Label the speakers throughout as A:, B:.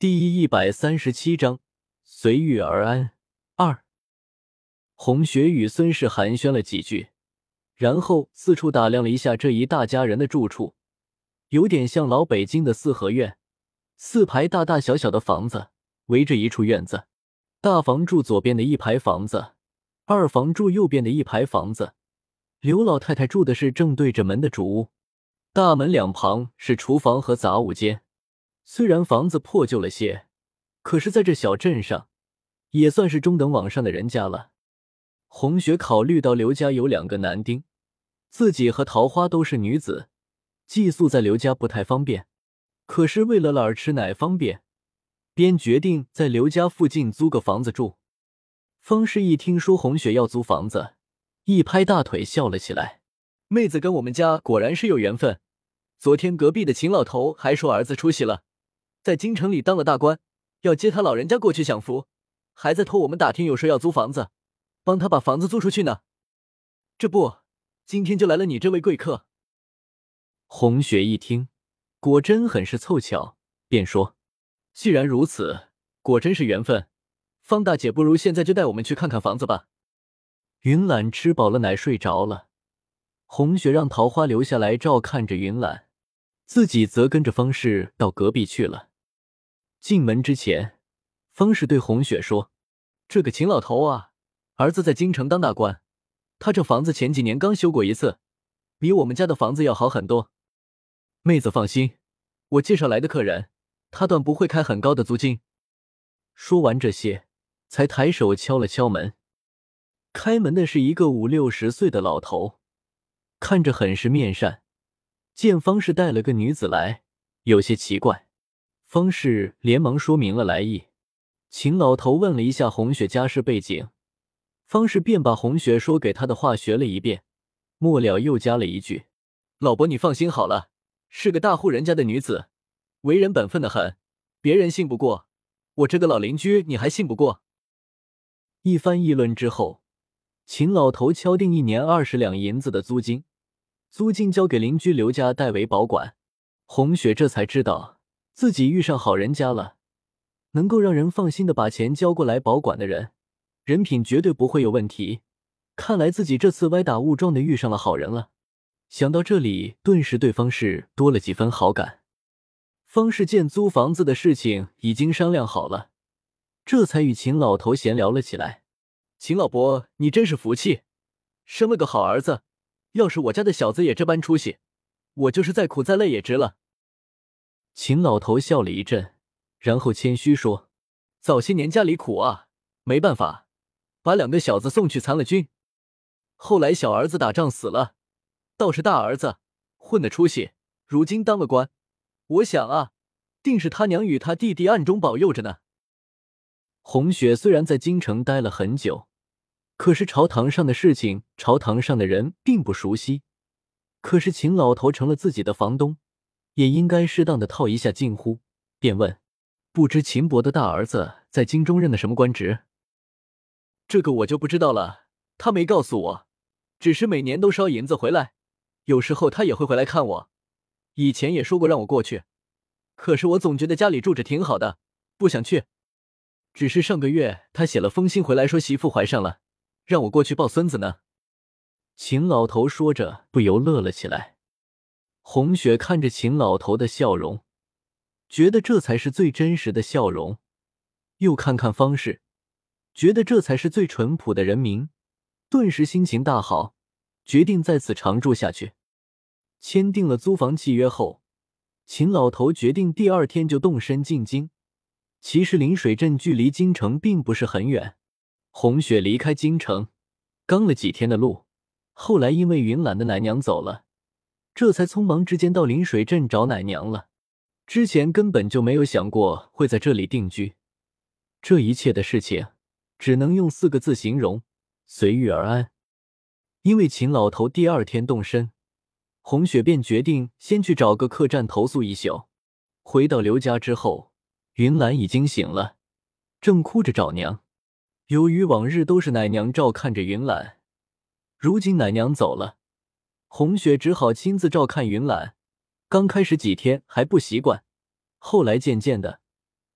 A: 第137章随遇而安2。红雪与孙氏寒暄了几句，然后四处打量了一下这一大家人的住处，有点像老北京的四合院，4排大大小小的房子围着一处院子，大房住左边的一排房子，二房住右边的一排房子，刘老太太住的是正对着门的主屋，大门两旁是厨房和杂物间。虽然房子破旧了些，可是在这小镇上也算是中等往上的人家了。红雪考虑到刘家有2个男丁，自己和桃花都是女子，寄宿在刘家不太方便，可是为了儿吃奶方便，便决定在刘家附近租个房子住。方氏一听说红雪要租房子，一拍大腿笑了起来，妹子跟我们家果然是有缘分，昨天隔壁的秦老头还说儿子出息了，在京城里当了大官，要接他老人家过去享福，还在托我们打听有说要租房子，帮他把房子租出去呢。这不，今天就来了你这位贵客。红雪一听，果真很是凑巧，便说：既然如此，果真是缘分，方大姐不如现在就带我们去看看房子吧。云懒吃饱了奶睡着了，红雪让桃花留下来照看着云懒，自己则跟着方氏到隔壁去了。进门之前，方氏对红雪说：这个秦老头啊，儿子在京城当大官，他这房子前几年刚修过一次，比我们家的房子要好很多。妹子放心，我介绍来的客人，他断不会开很高的租金。说完这些，才抬手敲了敲门。开门的是一个50-60岁的老头，看着很是面善，见方氏带了个女子来，有些奇怪。方氏连忙说明了来意，秦老头问了一下红雪家世背景，方氏便把红雪说给他的话学了一遍，末了又加了一句：老伯你放心好了，是个大户人家的女子，为人本分的很，别人信不过，我这个老邻居你还信不过。一番议论之后，秦老头敲定1年20两银子的租金，租金交给邻居刘家代为保管。红雪这才知道自己遇上好人家了，能够让人放心的把钱交过来保管的人，人品绝对不会有问题。看来自己这次歪打误撞的遇上了好人了。想到这里，顿时对方氏多了几分好感。方氏见租房子的事情已经商量好了，这才与秦老头闲聊了起来。秦老伯，你真是福气，生了个好儿子，要是我家的小子也这般出息，我就是再苦再累也值了。秦老头笑了一阵，然后谦虚说：早些年家里苦啊，没办法，把2个小子送去参了军，后来小儿子打仗死了，倒是大儿子混得出息，如今当了官，我想啊，定是他娘与他弟弟暗中保佑着呢。红雪虽然在京城待了很久，可是朝堂上的事情，朝堂上的人并不熟悉，可是秦老头成了自己的房东，也应该适当的套一下近乎，便问：不知秦伯的大儿子在京中任的什么官职？这个我就不知道了，他没告诉我，只是每年都捎银子回来，有时候他也会回来看我，以前也说过让我过去，可是我总觉得家里住着挺好的，不想去。只是上个月他写了封信回来说媳妇怀上了，让我过去抱孙子呢。秦老头说着不由乐了起来。红雪看着秦老头的笑容，觉得这才是最真实的笑容，又看看方氏，觉得这才是最淳朴的人民，顿时心情大好，决定在此常住下去。签订了租房契约后，秦老头决定第2天就动身进京。其实临水镇距离京城并不是很远，红雪离开京城刚了几天的路，后来因为云懒的奶娘走了，这才匆忙之间到临水镇找奶娘了。之前根本就没有想过会在这里定居，这一切的事情只能用4个字形容：随遇而安。因为秦老头第2天动身，红雪便决定先去找个客栈投宿一宿。回到刘家之后，云兰已经醒了，正哭着找娘。由于往日都是奶娘照看着云兰，如今奶娘走了，红雪只好亲自照看云兰。刚开始几天还不习惯，后来渐渐的，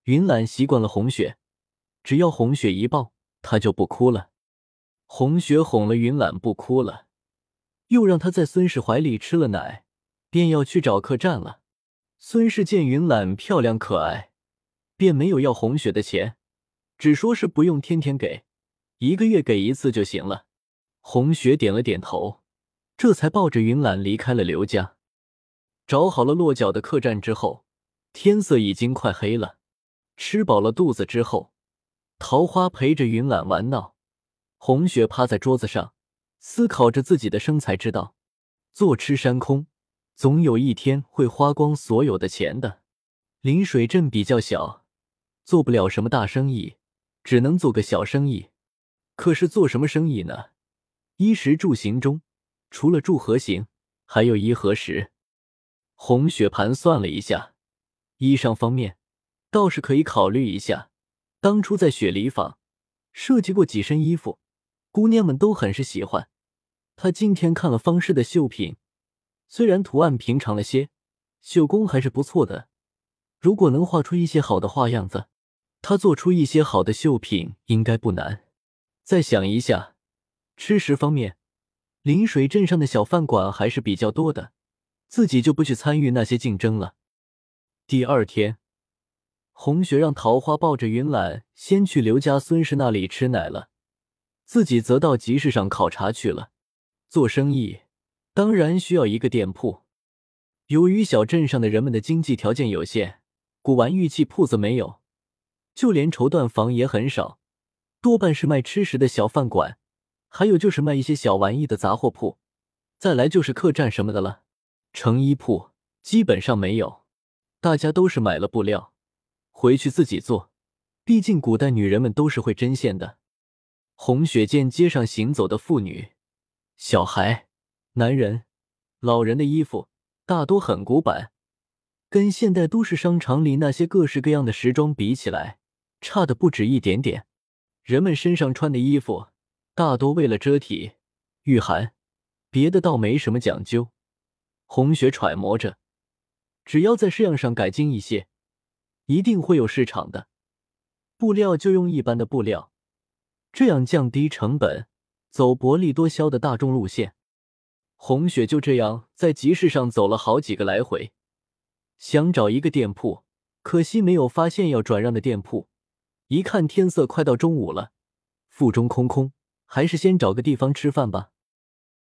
A: 云岚习惯了红雪，只要红雪一抱，她就不哭了。红雪哄了云岚不哭了，又让她在孙氏怀里吃了奶，便要去找客栈了。孙氏见云岚漂亮可爱，便没有要红雪的钱，只说是不用天天给，1个月给一次就行了。红雪点了点头，这才抱着云岚离开了刘家。找好了落脚的客栈之后，天色已经快黑了。吃饱了肚子之后，桃花陪着云岚玩闹，红雪趴在桌子上思考着自己的生财之道。坐吃山空，总有一天会花光所有的钱的。临水镇比较小，做不了什么大生意，只能做个小生意。可是做什么生意呢？衣食住行中，除了住和行，还有衣和食。红雪盘算了一下，衣裳方面倒是可以考虑一下。当初在雪梨坊设计过几身衣服，姑娘们都很是喜欢。她今天看了方氏的绣品，虽然图案平常了些，绣工还是不错的。如果能画出一些好的花样子，她做出一些好的绣品应该不难。再想一下，吃食方面，临水镇上的小饭馆还是比较多的，自己就不去参与那些竞争了。第二天，红雪让桃花抱着云岚先去刘家孙氏那里吃奶了，自己则到集市上考察去了。做生意当然需要一个店铺，由于小镇上的人们的经济条件有限，古玩玉器铺子没有，就连绸缎坊也很少，多半是卖吃食的小饭馆，还有就是卖一些小玩意的杂货铺，再来就是客栈什么的了。成衣铺基本上没有，大家都是买了布料回去自己做，毕竟古代女人们都是会针线的。红雪见街上行走的妇女、小孩、男人、老人的衣服大多很古板，跟现代都市商场里那些各式各样的时装比起来，差的不止一点点。人们身上穿的衣服大多为了遮体、御寒，别的倒没什么讲究。红雪揣摩着，只要在式样上改进一些，一定会有市场的。布料就用一般的布料，这样降低成本，走薄利多销的大众路线。红雪就这样在集市上走了好几个来回，想找一个店铺，可惜没有发现要转让的店铺。一看天色快到中午了，腹中空空，还是先找个地方吃饭吧。